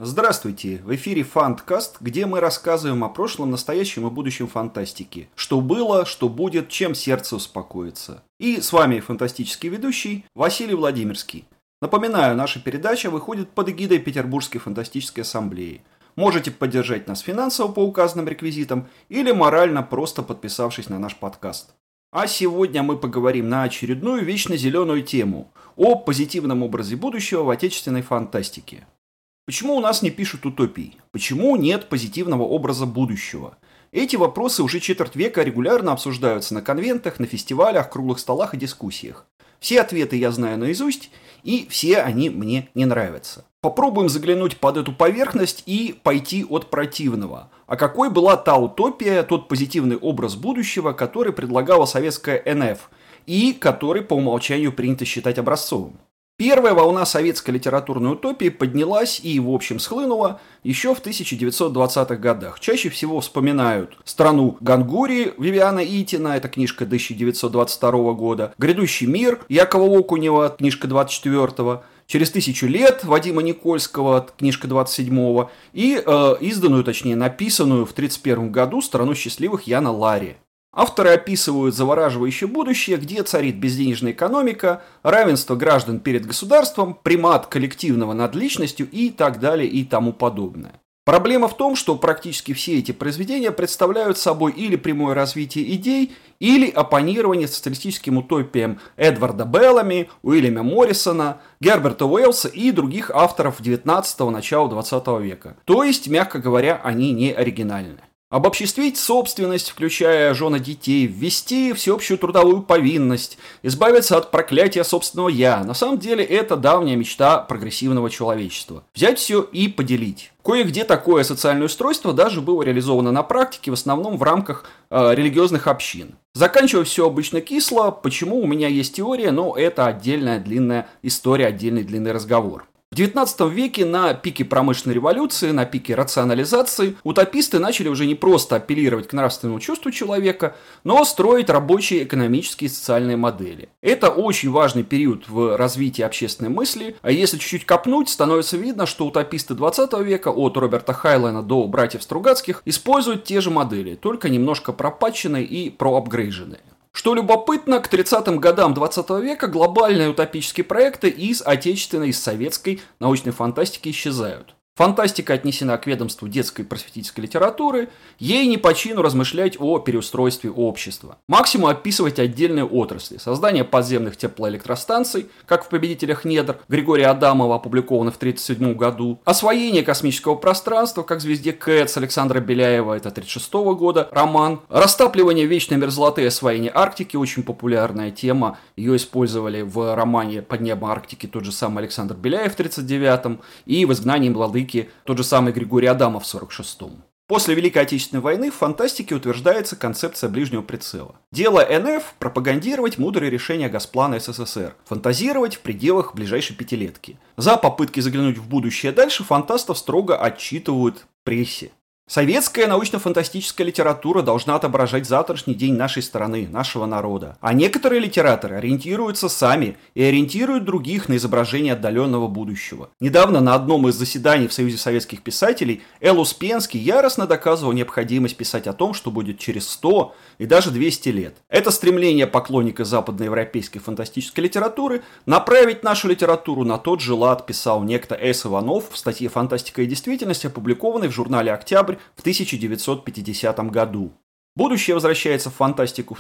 Здравствуйте! В эфире Фанткаст, где мы рассказываем о прошлом, настоящем и будущем фантастики. Что было, что будет, чем сердце успокоится. И с вами фантастический ведущий Василий Владимирский. Напоминаю, наша передача выходит под эгидой Петербургской фантастической ассамблеи. Можете поддержать нас финансово по указанным реквизитам или морально, просто подписавшись на наш подкаст. А сегодня мы поговорим на очередную вечно зеленую тему о позитивном образе будущего в отечественной фантастике. Почему у нас не пишут утопий? Почему нет позитивного образа будущего? Эти вопросы уже четверть века регулярно обсуждаются на конвентах, на фестивалях, круглых столах и дискуссиях. Все ответы я знаю наизусть, и все они мне не нравятся. Попробуем заглянуть под эту поверхность и пойти от противного. А какой была та утопия, тот позитивный образ будущего, который предлагала советская НФ, и который по умолчанию принято считать образцовым? Первая волна советской литературной утопии поднялась и, в общем, схлынула еще в 1920-х годах. Чаще всего вспоминают «Страну Гангури» Вивиана Итина, это книжка 1922 года, «Грядущий мир» Якова Окунева, книжка 24-го, «Через 1000 лет» Вадима Никольского, книжка 27-го, и изданную, точнее, написанную в 1931 году «Страну счастливых» Яна Ларри. Авторы описывают завораживающее будущее, где царит безденежная экономика, равенство граждан перед государством, примат коллективного над личностью и так далее и тому подобное. Проблема в том, что практически все эти произведения представляют собой или прямое развитие идей, или оппонирование социалистическим утопиям Эдварда Беллами, Уильяма Моррисона, Герберта Уэллса и других авторов 19-го, начала 20 века. То есть, мягко говоря, они не оригинальны. Обобществить собственность, включая жен и детей, ввести всеобщую трудовую повинность, избавиться от проклятия собственного «я». На самом деле это давняя мечта прогрессивного человечества. Взять все и поделить. Кое-где такое социальное устройство даже было реализовано на практике, в основном в рамках религиозных общин. Заканчивая все обычно кисло, почему у меня есть теория, но это отдельная длинная история, отдельный длинный разговор. В XIX веке на пике промышленной революции, на пике рационализации, утописты начали уже не просто апеллировать к нравственному чувству человека, но строить рабочие экономические и социальные модели. Это очень важный период в развитии общественной мысли, а если чуть-чуть копнуть, становится видно, что утописты XX века, от Роберта Хайлена до братьев Стругацких, используют те же модели, только немножко пропатченные и проапгрейженные. Что любопытно, к 30-м годам 20 века глобальные утопические проекты из отечественной и советской научной фантастики исчезают. Фантастика отнесена к ведомству детской просветительской литературы, ей не по чину размышлять о переустройстве общества. Максимум описывать отдельные отрасли. Создание подземных теплоэлектростанций, как в «Победителях недр» Григория Адамова, опубликовано в 1937 году. Освоение космического пространства, как в «Звезде Кэтс» Александра Беляева, это 1936 года роман. Растапливание вечной мерзлоты и освоение Арктики, очень популярная тема. Ее использовали в романе «Под небом Арктики» тот же самый Александр Беляев в 1939 и в «Изгнании Владыки» тот же самый Григорий Адамов в 1946-м. После Великой Отечественной войны в фантастике утверждается концепция ближнего прицела. Дело НФ – пропагандировать мудрые решения Госплана СССР, фантазировать в пределах ближайшей пятилетки. За попытки заглянуть в будущее дальше фантастов строго отчитывают прессе. Советская научно-фантастическая литература должна отображать завтрашний день нашей страны, нашего народа. А некоторые литераторы ориентируются сами и ориентируют других на изображение отдаленного будущего. Недавно на одном из заседаний в Союзе советских писателей Эл Успенский яростно доказывал необходимость писать о том, что будет через 100 и даже 200 лет. Это стремление поклонника западноевропейской фантастической литературы направить нашу литературу на тот же лад писал некто С. Иванов в статье «Фантастика и действительность», опубликованной в журнале «Октябрь» в 1950 году. Будущее возвращается в фантастику в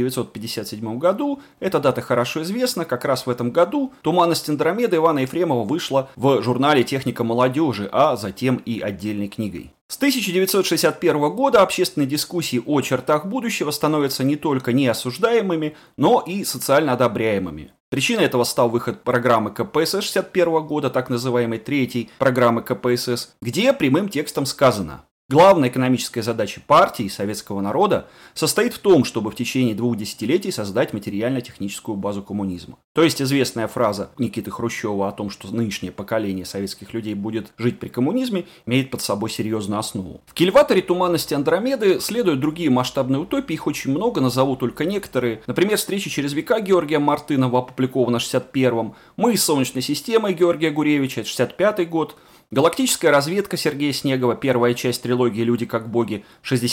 1957 году. Эта дата хорошо известна. Как раз в этом году «Туманность Андромеды» Ивана Ефремова вышла в журнале «Техника молодежи», а затем и отдельной книгой. С 1961 года общественные дискуссии о чертах будущего становятся не только неосуждаемыми, но и социально одобряемыми. Причиной этого стал выход программы КПСС 1961 года, так называемой третьей программы КПСС, где прямым текстом сказано: главная экономическая задача партии и советского народа состоит в том, чтобы в течение 2 десятилетий создать материально-техническую базу коммунизма. То есть известная фраза Никиты Хрущева о том, что нынешнее поколение советских людей будет жить при коммунизме, имеет под собой серьезную основу. В кильваторе «Туманности Андромеды» следуют другие масштабные утопии, их очень много, назову только некоторые. Например, «Встреча через века» Георгия Мартынова, опубликована в 1961-м, «Мы из Солнечной системы» Георгия Гуревича, 1965 год, «Галактическая разведка» Сергея Снегова, первая часть трилогии «Люди как боги»,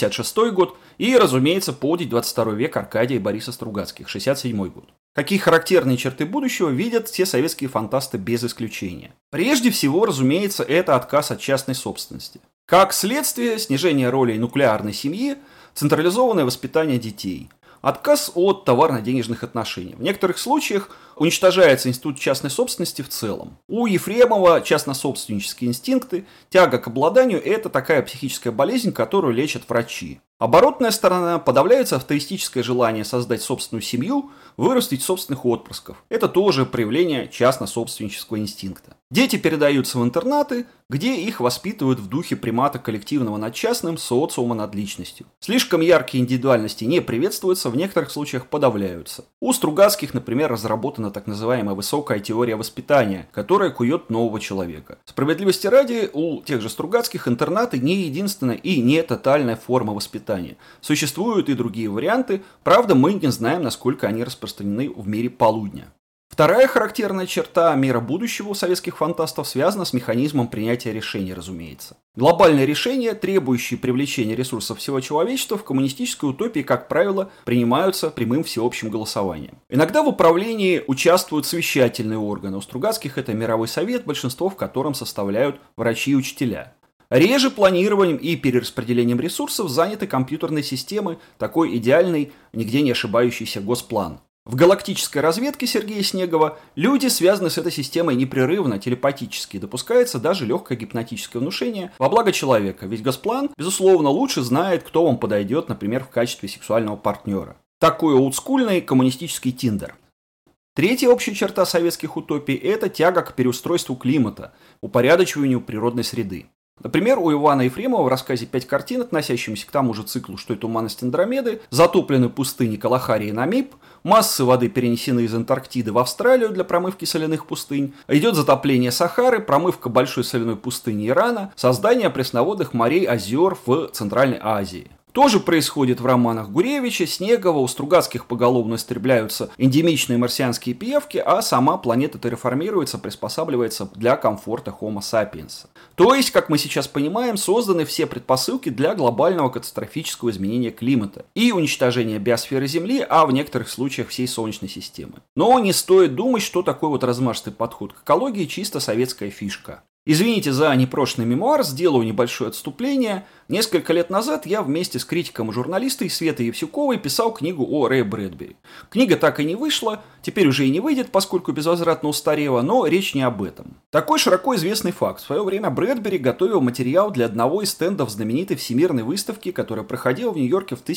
66 год, и, разумеется, «Полдень 22 век» Аркадия и Бориса Стругацких, 67 год. Какие характерные черты будущего видят все советские фантасты без исключения? Прежде всего, разумеется, это отказ от частной собственности. Как следствие, снижение роли нуклеарной семьи, централизованное воспитание детей. Отказ от товарно-денежных отношений. В некоторых случаях уничтожается институт частной собственности в целом. У Ефремова частнособственнические инстинкты, тяга к обладанию – это такая психическая болезнь, которую лечат врачи. Оборотная сторона – подавляется авторитическое желание создать собственную семью, вырастить собственных отпрысков. Это тоже проявление частно-собственнического инстинкта. Дети передаются в интернаты, где их воспитывают в духе примата коллективного над частным, социума над личностью. Слишком яркие индивидуальности не приветствуются, в некоторых случаях подавляются. У Стругацких, например, разработана так называемая высокая теория воспитания, которая кует нового человека. Справедливости ради, у тех же Стругацких интернаты не единственная и не тотальная форма воспитания. Существуют и другие варианты, правда мы не знаем, насколько они распространены в мире полудня. Вторая характерная черта мира будущего у советских фантастов связана с механизмом принятия решений, разумеется. Глобальные решения, требующие привлечения ресурсов всего человечества, в коммунистической утопии, как правило, принимаются прямым всеобщим голосованием. Иногда в управлении участвуют совещательные органы. У Стругацких это Мировой совет, большинство в котором составляют врачи и учителя. Реже планированием и перераспределением ресурсов заняты компьютерные системы, такой идеальный, нигде не ошибающийся госплан. В галактической разведке Сергея Снегова люди связаны с этой системой непрерывно, телепатически, допускается даже легкое гипнотическое внушение во благо человека, ведь госплан, безусловно, лучше знает, кто вам подойдет, например, в качестве сексуального партнера. Такой олдскульный коммунистический Тиндер. Третья общая черта советских утопий – это тяга к переустройству климата, упорядочиванию природной среды. Например, у Ивана Ефремова в рассказе «Пять картин», относящемся к тому же циклу, что и «Туманность Андромеды», затоплены пустыни Калахари и Намиб, массы воды перенесены из Антарктиды в Австралию для промывки соляных пустынь, идет затопление Сахары, промывка большой соляной пустыни Ирана, создание пресноводных морей, озер в Центральной Азии. То же происходит в романах Гуревича, Снегова, у Стругацких поголовно истребляются эндемичные марсианские пиявки, а сама планета терраформируется, приспосабливается для комфорта Homo sapiens. То есть, как мы сейчас понимаем, созданы все предпосылки для глобального катастрофического изменения климата и уничтожения биосферы Земли, а в некоторых случаях всей Солнечной системы. Но не стоит думать, что такой вот размашистый подход к экологии чисто советская фишка. Извините за непрошенный мемуар, сделаю небольшое отступление. Несколько лет назад я вместе с критиком и журналистой Светой Евсюковой писал книгу о Рэе Брэдбери. Книга так и не вышла, теперь уже и не выйдет, поскольку безвозвратно устарела, но речь не об этом. Такой широко известный факт. В свое время Брэдбери готовил материал для одного из стендов знаменитой всемирной выставки, которая проходила в Нью-Йорке в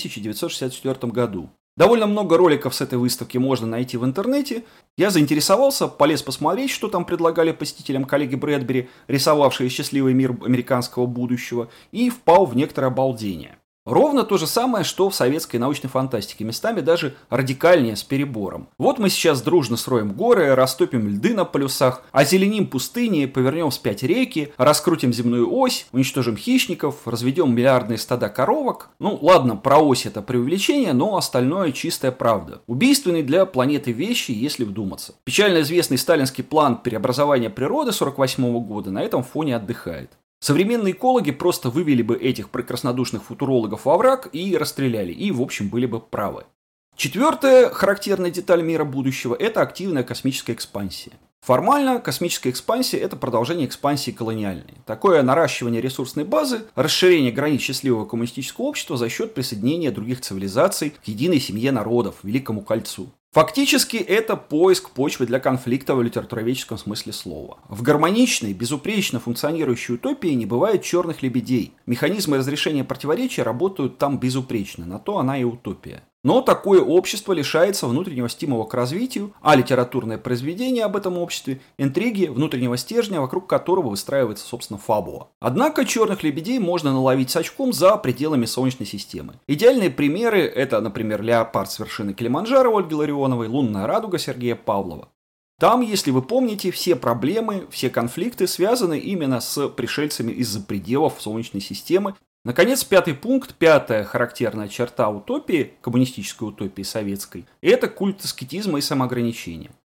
1964 году. Довольно много роликов с этой выставки можно найти в интернете. Я заинтересовался, полез посмотреть, что там предлагали посетителям коллеги Брэдбери, рисовавшие счастливый мир американского будущего, и впал в некоторое обалдение. Ровно то же самое, что в советской научной фантастике, местами даже радикальнее, с перебором. Вот мы сейчас дружно строим горы, растопим льды на полюсах, озеленим пустыни, повернем вспять реки, раскрутим земную ось, уничтожим хищников, разведем миллиардные стада коровок. Ну ладно, про ось это преувеличение, но остальное чистая правда. Убийственный для планеты вещи, если вдуматься. Печально известный сталинский план преобразования природы 1948 года на этом фоне отдыхает. Современные экологи просто вывели бы этих прекраснодушных футурологов во враг и расстреляли, и в общем были бы правы. Четвертая характерная деталь мира будущего – это активная космическая экспансия. Формально космическая экспансия – это продолжение экспансии колониальной. Такое наращивание ресурсной базы, расширение границ счастливого коммунистического общества за счет присоединения других цивилизаций к единой семье народов, Великому кольцу. Фактически это поиск почвы для конфликта в литературоведческом смысле слова. В гармоничной, безупречно функционирующей утопии не бывает черных лебедей. Механизмы разрешения противоречий работают там безупречно, на то она и утопия. Но такое общество лишается внутреннего стимула к развитию, а литературное произведение об этом обществе – интриги внутреннего стержня, вокруг которого выстраивается, собственно, фабула. Однако черных лебедей можно наловить с очком за пределами Солнечной системы. Идеальные примеры – это, например, «Леопард с вершины Килиманджаро» Ольги Ларионовой, «Лунная радуга» Сергея Павлова. Там, если вы помните, все проблемы, все конфликты связаны именно с пришельцами из-за пределов Солнечной системы. Наконец, пятый пункт, пятая характерная черта утопии, коммунистической утопии советской, это культ аскетизма и самоограничения.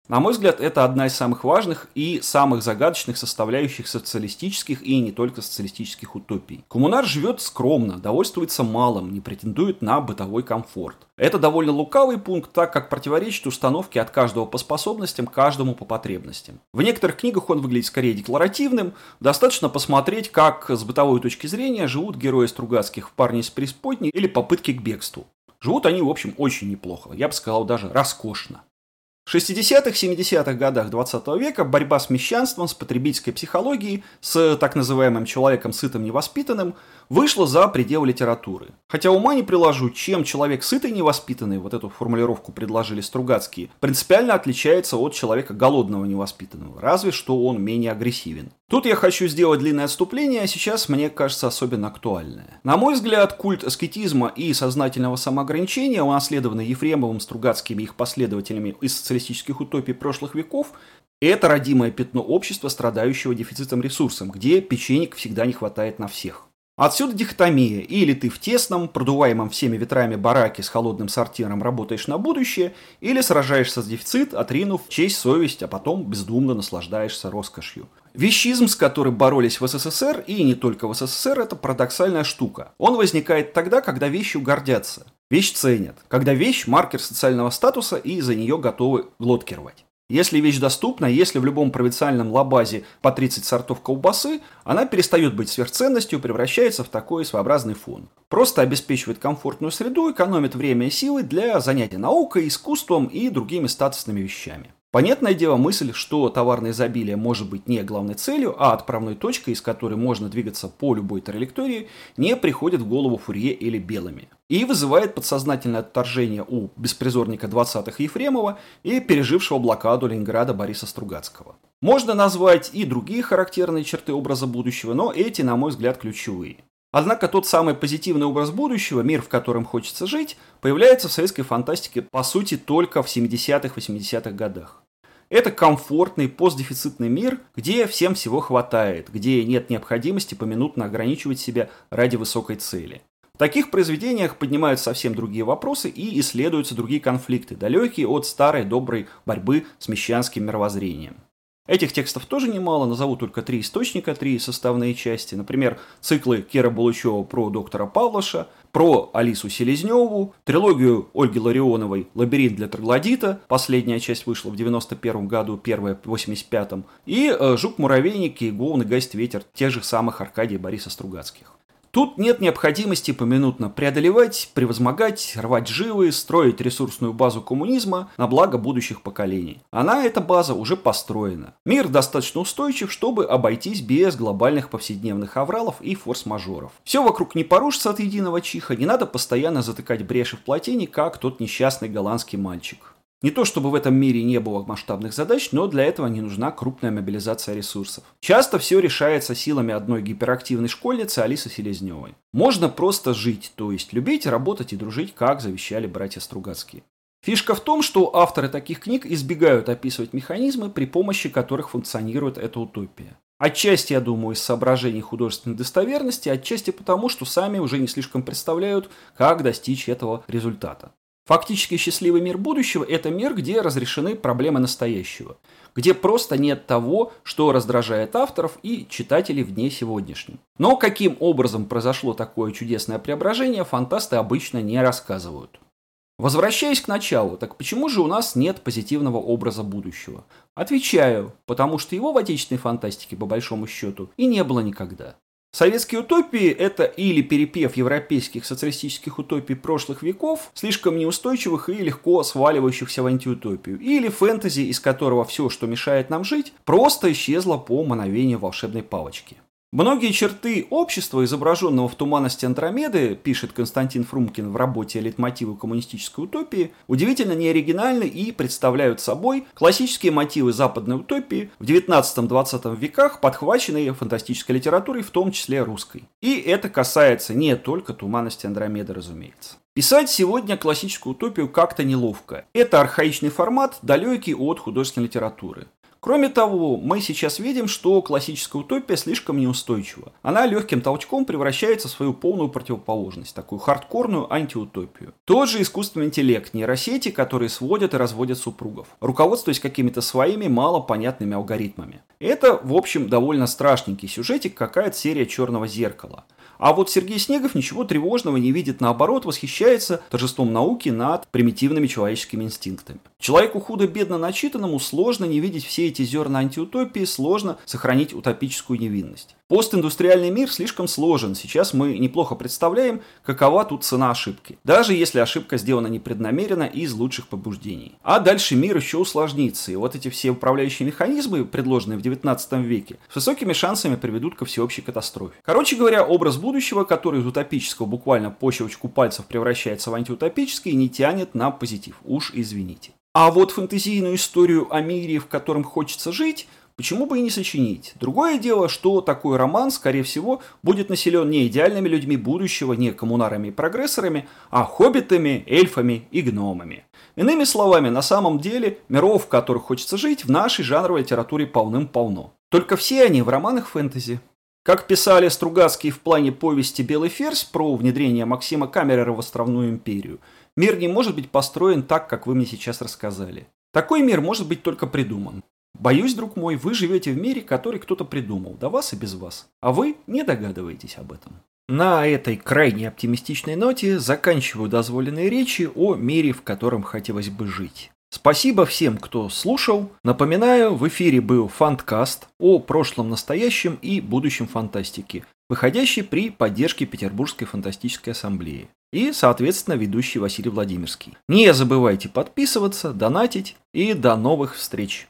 На мой взгляд, это одна из самых важных и самых загадочных составляющих социалистических и не только социалистических утопий. Коммунар живет скромно, довольствуется малым, не претендует на бытовой комфорт. Это довольно лукавый пункт, так как противоречит установке от каждого по способностям, каждому по потребностям. В некоторых книгах он выглядит скорее декларативным, достаточно посмотреть, как с бытовой точки зрения живут герои Стругацких в «Парне из преисподней» или «Попытки к бегству». Живут они, в общем, очень неплохо, я бы сказал, даже роскошно. В 60-х, 70-х годах 20 века борьба с мещанством, с потребительской психологией, с так называемым человеком сытым невоспитанным вышла за пределы литературы. Хотя ума не приложу, чем человек сытый невоспитанный, вот эту формулировку предложили Стругацкие, принципиально отличается от человека голодного невоспитанного, разве что он менее агрессивен. Тут я хочу сделать длинное отступление, а сейчас мне кажется особенно актуальное. На мой взгляд, культ аскетизма и сознательного самоограничения, унаследованный Ефремовым, Стругацкими и их последователями из социалистических утопий прошлых веков, это родимое пятно общества, страдающего дефицитом ресурсов, где печенек всегда не хватает на всех. Отсюда дихотомия. Или ты в тесном, продуваемом всеми ветрами бараке с холодным сортиром работаешь на будущее, или сражаешься с дефицит, отринув честь, совесть, а потом бездумно наслаждаешься роскошью. Вещизм, с которым боролись в СССР, и не только в СССР, это парадоксальная штука. Он возникает тогда, когда вещью гордятся, вещь ценят, когда вещь – маркер социального статуса и за нее готовы глотки рвать. Если вещь доступна, если в любом провинциальном лабазе по 30 сортов колбасы, она перестает быть сверхценностью, превращается в такой своеобразный фон. Просто обеспечивает комфортную среду, экономит время и силы для занятий наукой, искусством и другими статусными вещами. Понятное дело, мысль, что товарное изобилие может быть не главной целью, а отправной точкой, из которой можно двигаться по любой траектории, не приходит в голову Фурье или Белыми. И вызывает подсознательное отторжение у беспризорника 20-х Ефремова и пережившего блокаду Ленинграда Бориса Стругацкого. Можно назвать и другие характерные черты образа будущего, но эти, на мой взгляд, ключевые. Однако тот самый позитивный образ будущего, мир, в котором хочется жить, появляется в советской фантастике, по сути, только в 70-х, 80-х годах. Это комфортный, постдефицитный мир, где всем всего хватает, где нет необходимости поминутно ограничивать себя ради высокой цели. В таких произведениях поднимают совсем другие вопросы и исследуются другие конфликты, далекие от старой доброй борьбы с мещанским мировоззрением. Этих текстов тоже немало, назову только 3 источника, 3 составные части. Например, циклы Кира Булычева про доктора Павлоша, про Алису Селезневу, трилогию Ольги Ларионовой «Лабиринт для троглодита», последняя часть вышла в 91 году, первая в 85-м, и «Жук-муравейник» и «Гоун и гасть ветер» тех же самых Аркадия и Бориса Стругацких. Тут нет необходимости поминутно преодолевать, превозмогать, рвать жилы, строить ресурсную базу коммунизма на благо будущих поколений. Эта база, уже построена. Мир достаточно устойчив, чтобы обойтись без глобальных повседневных авралов и форс-мажоров. Все вокруг не порушится от единого чиха, не надо постоянно затыкать бреши в плотине, как тот несчастный голландский мальчик. Не то чтобы в этом мире не было масштабных задач, но для этого не нужна крупная мобилизация ресурсов. Часто все решается силами одной гиперактивной школьницы Алисы Селезневой. Можно просто жить, то есть любить, работать и дружить, как завещали братья Стругацкие. Фишка в том, что авторы таких книг избегают описывать механизмы, при помощи которых функционирует эта утопия. Отчасти, я думаю, из соображений художественной достоверности, отчасти потому, что сами уже не слишком представляют, как достичь этого результата. Фактически счастливый мир будущего – это мир, где разрешены проблемы настоящего, где просто нет того, что раздражает авторов и читателей в дне сегодняшнем. Но каким образом произошло такое чудесное преображение, фантасты обычно не рассказывают. Возвращаясь к началу, так почему же у нас нет позитивного образа будущего? Отвечаю, потому что его в отечественной фантастике, по большому счету, и не было никогда. Советские утопии – это или перепев европейских социалистических утопий прошлых веков, слишком неустойчивых и легко сваливающихся в антиутопию, или фэнтези, из которого все, что мешает нам жить, просто исчезло по мановению волшебной палочки. Многие черты общества, изображенного в «Туманности Андромеды», пишет Константин Фрумкин в работе «Лейтмотивы коммунистической утопии», удивительно неоригинальны и представляют собой классические мотивы западной утопии в XIX-XX веках, подхваченные фантастической литературой, в том числе русской. И это касается не только «Туманности Андромеды», разумеется. Писать сегодня классическую утопию как-то неловко. Это архаичный формат, далекий от художественной литературы. Кроме того, мы сейчас видим, что классическая утопия слишком неустойчива. Она легким толчком превращается в свою полную противоположность, такую хардкорную антиутопию. Тот же искусственный интеллект, нейросети, которые сводят и разводят супругов, руководствуясь какими-то своими малопонятными алгоритмами. Это, в общем, довольно страшненький сюжетик, какая-то серия «Черного зеркала». А вот Сергей Снегов ничего тревожного не видит, наоборот, восхищается торжеством науки над примитивными человеческими инстинктами. Человеку худо-бедно начитанному сложно не видеть все эти зерна антиутопии, сложно сохранить утопическую невинность. Постиндустриальный мир слишком сложен, сейчас мы неплохо представляем, какова тут цена ошибки, даже если ошибка сделана непреднамеренно и из лучших побуждений. А дальше мир еще усложнится, и вот эти все управляющие механизмы, предложенные в 19 веке, с высокими шансами приведут ко всеобщей катастрофе. Короче говоря, образ будущего, который из утопического буквально по щелчку пальцев превращается в антиутопический, не тянет на позитив, уж извините. А вот фэнтезийную историю о мире, в котором хочется жить, почему бы и не сочинить? Другое дело, что такой роман, скорее всего, будет населен не идеальными людьми будущего, не коммунарами и прогрессорами, а хоббитами, эльфами и гномами. Иными словами, на самом деле, миров, в которых хочется жить, в нашей жанровой литературе полным-полно. Только все они в романах фэнтези. Как писали Стругацкие в плане повести «Белый ферзь» про внедрение Максима Камерера в островную империю, мир не может быть построен так, как вы мне сейчас рассказали. Такой мир может быть только придуман. Боюсь, друг мой, вы живете в мире, который кто-то придумал, до вас и без вас. А вы не догадываетесь об этом. На этой крайне оптимистичной ноте заканчиваю дозволенные речи о мире, в котором хотелось бы жить. Спасибо всем, кто слушал. Напоминаю, в эфире был фанткаст о прошлом, настоящем и будущем фантастики, выходящий при поддержке Петербургской фантастической ассамблеи. И, соответственно, ведущий Василий Владимирский. Не забывайте подписываться, донатить и до новых встреч!